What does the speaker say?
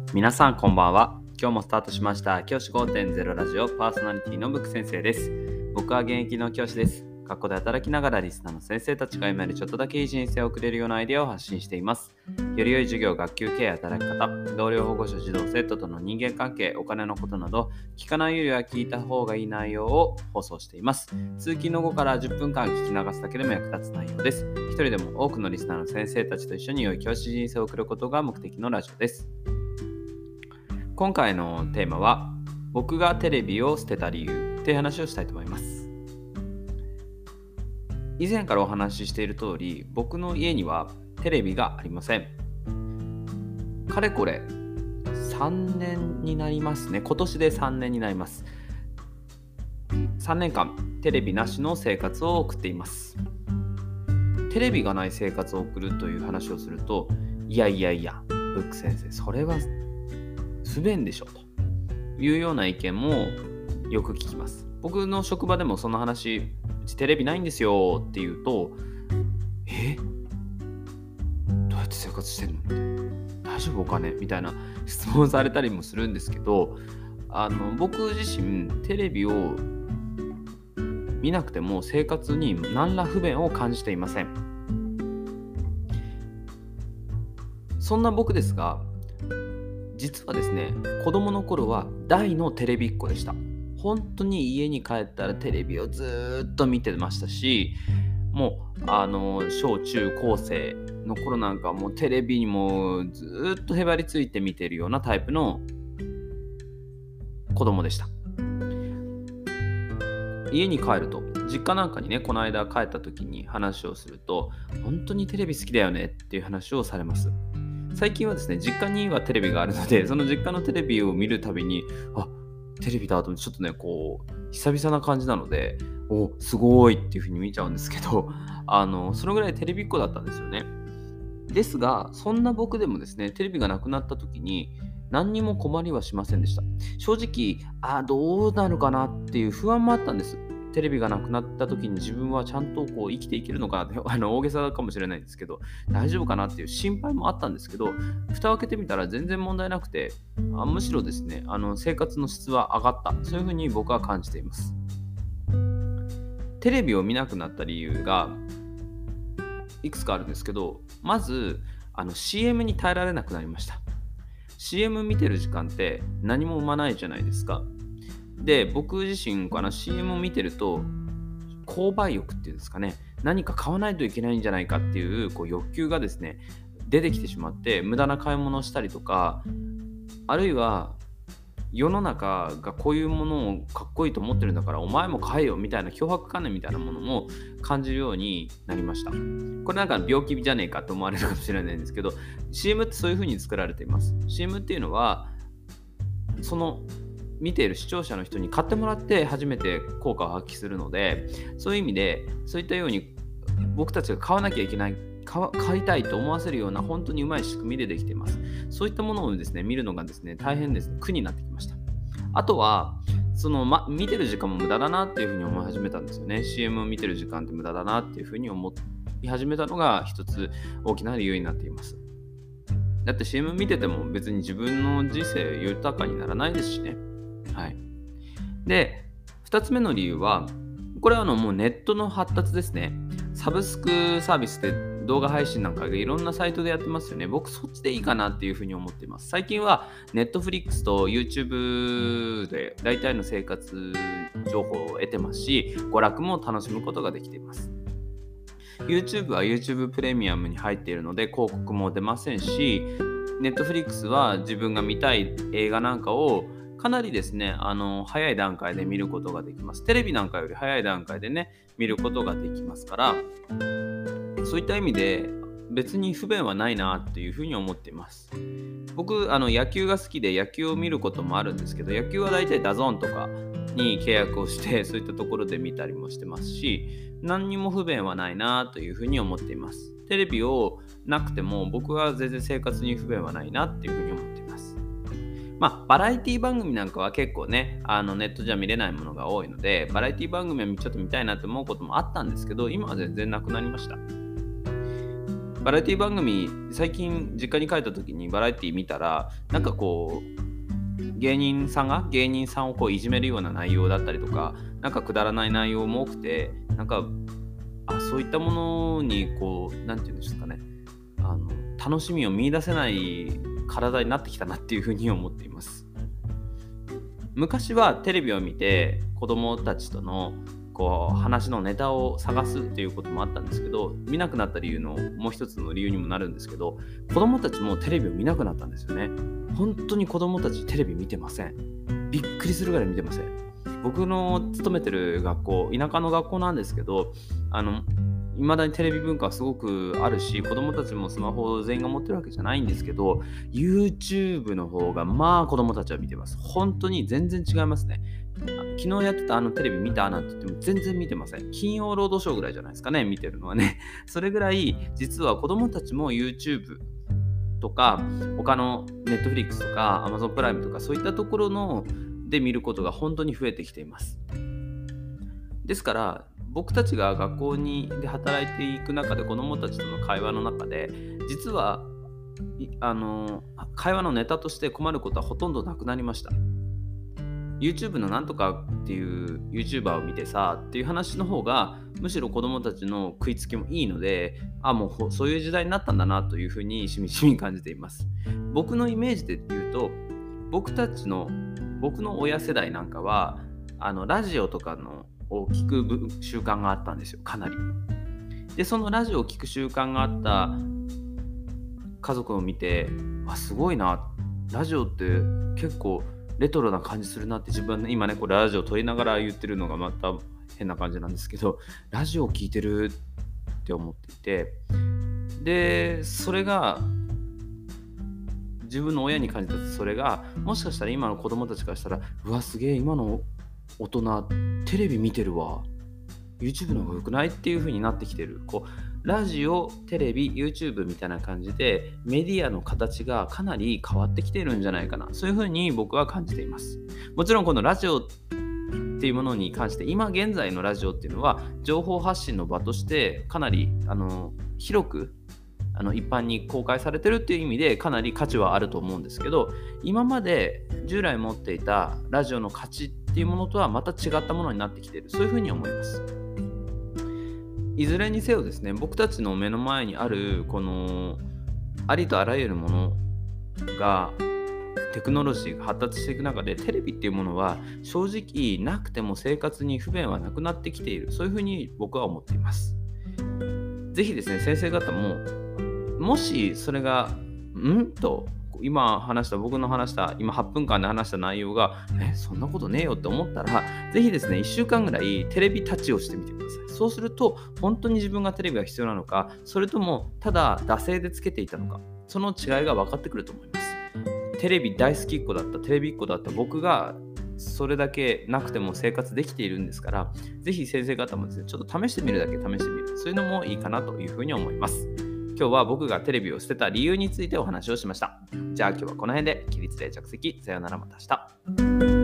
皆さんこんばんは。今日もスタートしました教師 5.0 ラジオパーソナリティのブック先生です。僕は現役の教師です。学校で働きながらリスナーの先生たちが今よりちょっとだけいい人生を送れるようなアイデアを発信しています。より良い授業、学級経営、働き方、同僚、保護者、児童生徒との人間関係、お金のことなど聞かないよりは聞いた方がいい内容を放送しています。通勤の後から10分間聞き流すだけでも役立つ内容です。一人でも多くのリスナーの先生たちと一緒に良い教師人生を送ることが目的のラジオです。今回のテーマは僕がテレビを捨てた理由という話をしたいと思います。以前からお話ししている通り、僕の家にはテレビがありません。かれこれ3年になりますね。今年で3年になります。3年間テレビなしの生活を送っています。テレビがない生活を送るという話をすると、いやブック先生、それは不便でしょというような意見もよく聞きます。僕の職場でもその話、うちテレビないんですよって言うと、どうやって生活してんのみたいな、大丈夫お金みたいな質問されたりもするんですけど、僕自身テレビを見なくても生活に何ら不便を感じていません。そんな僕ですが、実はですね、子供の頃は大のテレビっ子でした。本当に家に帰ったらテレビをずっと見てましたし、もう小中高生の頃なんかもうテレビにもずっとへばりついて見てるようなタイプの子供でした。家に帰ると、実家なんかにね、この間帰った時に話をすると、本当にテレビ好きだよねっていう話をされます。最近はですね、実家にはテレビがあるので、その実家のテレビを見るたびに、テレビだとちょっとね、久々な感じなので、すごいっていう風に見ちゃうんですけど、そのぐらいテレビっ子だったんですよね。ですが、そんな僕でもですね、テレビがなくなった時に何にも困りはしませんでした。正直、どうなるかなっていう不安もあったんです。テレビがなくなった時に自分はちゃんと生きていけるのかなって、大げさかもしれないんですけど、大丈夫かなっていう心配もあったんですけど、蓋を開けてみたら全然問題なくて、むしろですね、生活の質は上がった、そういうふうに僕は感じています。テレビを見なくなった理由がいくつかあるんですけど、まずCM に耐えられなくなりました。 CM 見てる時間って何も生まないじゃないですか。で、僕自身CM を見てると購買欲っていうんですかね、何か買わないといけないんじゃないかっていう、欲求がですね出てきてしまって、無駄な買い物をしたりとか、あるいは世の中がこういうものをかっこいいと思ってるんだからお前も買えよみたいな脅迫観念みたいなものも感じるようになりました。これなんか病気じゃねえかと思われるかもしれないんですけど、 CM ってそういう風に作られています。 CM っていうのはその見ている視聴者の人に買ってもらって初めて効果を発揮するので、そういう意味でそういったように僕たちが買わなきゃいけない、買いたいと思わせるような本当にうまい仕組みでできています。そういったものをですね見るのがですね大変ですね苦になってきました。あとは見てる時間も無駄だなっていうふうに思い始めたんですよね。 CM を見てる時間って無駄だなっていうふうに思い始めたのが一つ大きな理由になっています。だって CM 見てても別に自分の人生豊かにならないですしね。で、2つ目の理由は、これはもうネットの発達ですね。サブスクサービスで動画配信なんかがいろんなサイトでやってますよね。僕そっちでいいかなっていうふうに思っています。最近は Netflix と YouTube で大体の生活情報を得てますし、娯楽も楽しむことができています。YouTube は YouTube プレミアムに入っているので広告も出ませんし、Netflix は自分が見たい映画なんかをかなりですね、早い段階で見ることができます。テレビなんかより早い段階でね、見ることができますから、そういった意味で別に不便はないなっていうふうに思っています。僕、野球が好きで野球を見ることもあるんですけど、野球はだいたいダゾーンとかに契約をして、そういったところで見たりもしてますし、何にも不便はないなというふうに思っています。テレビをなくても僕は全然生活に不便はないなっていうふうに思っています。バラエティ番組なんかは結構ね、ネットじゃ見れないものが多いので、バラエティ番組はちょっと見たいなと思うこともあったんですけど、今は全然なくなりました。 バラエティ番組、最近実家に帰った時にバラエティ見たら、なんかこう芸人さんをこういじめるような内容だったりとか、なんかくだらない内容も多くて、なんかそういったものにこう、なんていうんですかね、楽しみを見出せない体になってきたなっていうふうに思っています。昔はテレビを見て子供たちとのこう話のネタを探すっていうこともあったんですけど、見なくなった理由のもう一つの理由にもなるんですけど、子供たちもテレビを見なくなったんですよね。本当に子供たちテレビ見てません。びっくりするぐらい見てません。僕の勤めてる学校、田舎の学校なんですけど、未だにテレビ文化はすごくあるし、子供たちもスマホを全員が持ってるわけじゃないんですけど、 YouTube の方が子供たちは見てます。本当に全然違いますね。昨日やってたテレビ見たなんて言っても全然見てません。金曜ロードショーぐらいじゃないですかね、見てるのはね。それぐらい実は子供たちも YouTube とか他の Netflix とか Amazon プライムとかそういったところので見ることが本当に増えてきています。ですから僕たちが学校で働いていく中で、子どもたちとの会話の中で実は会話のネタとして困ることはほとんどなくなりました。 YouTube のなんとかっていう YouTuber を見てさっていう話の方が、むしろ子どもたちの食いつきもいいので、もうそういう時代になったんだなというふうにしみじみ感じています。僕のイメージで言うと、僕の親世代なんかはラジオとかを聞く習慣があったんですよ、かなり。でそのラジオを聞く習慣があった家族を見て、すごいな、ラジオって結構レトロな感じするなって、自分今ねこれラジオ撮りながら言ってるのがまた変な感じなんですけど、ラジオを聞いてるって思っていて、でそれが自分の親に感じた、それがもしかしたら今の子供たちからしたら、すげえ今の大人テレビ見てるわ、 YouTube の方が良くないっていう風になってきてる。ラジオ、テレビ、YouTube みたいな感じでメディアの形がかなり変わってきてるんじゃないかな、そういう風に僕は感じています。もちろんこのラジオっていうものに関して、今現在のラジオっていうのは情報発信の場としてかなり広く一般に公開されてるっていう意味でかなり価値はあると思うんですけど、今まで従来持っていたラジオの価値っていうものとはまた違ったものになってきている、そういうふうに思います。いずれにせよですね、僕たちの目の前にあるこのありとあらゆるものが、テクノロジーが発達していく中で、テレビっていうものは正直なくても生活に不便はなくなってきている、そういうふうに僕は思っています。ぜひですね、先生方ももしそれが僕の話した今8分間で話した内容がそんなことねえよって思ったら、ぜひですね1週間ぐらいテレビタッチをしてみてください。そうすると本当に自分がテレビが必要なのか、それともただ惰性でつけていたのか、その違いが分かってくると思います。テレビ大好きっ子だった、テレビっ子だった僕がそれだけなくても生活できているんですから、ぜひ先生方もですねちょっと試してみるだけ試してみる、そういうのもいいかなというふうに思います。今日は僕がテレビを捨てた理由についてお話をしました。じゃあ今日はこの辺で。起立で着席。さようなら、また明日。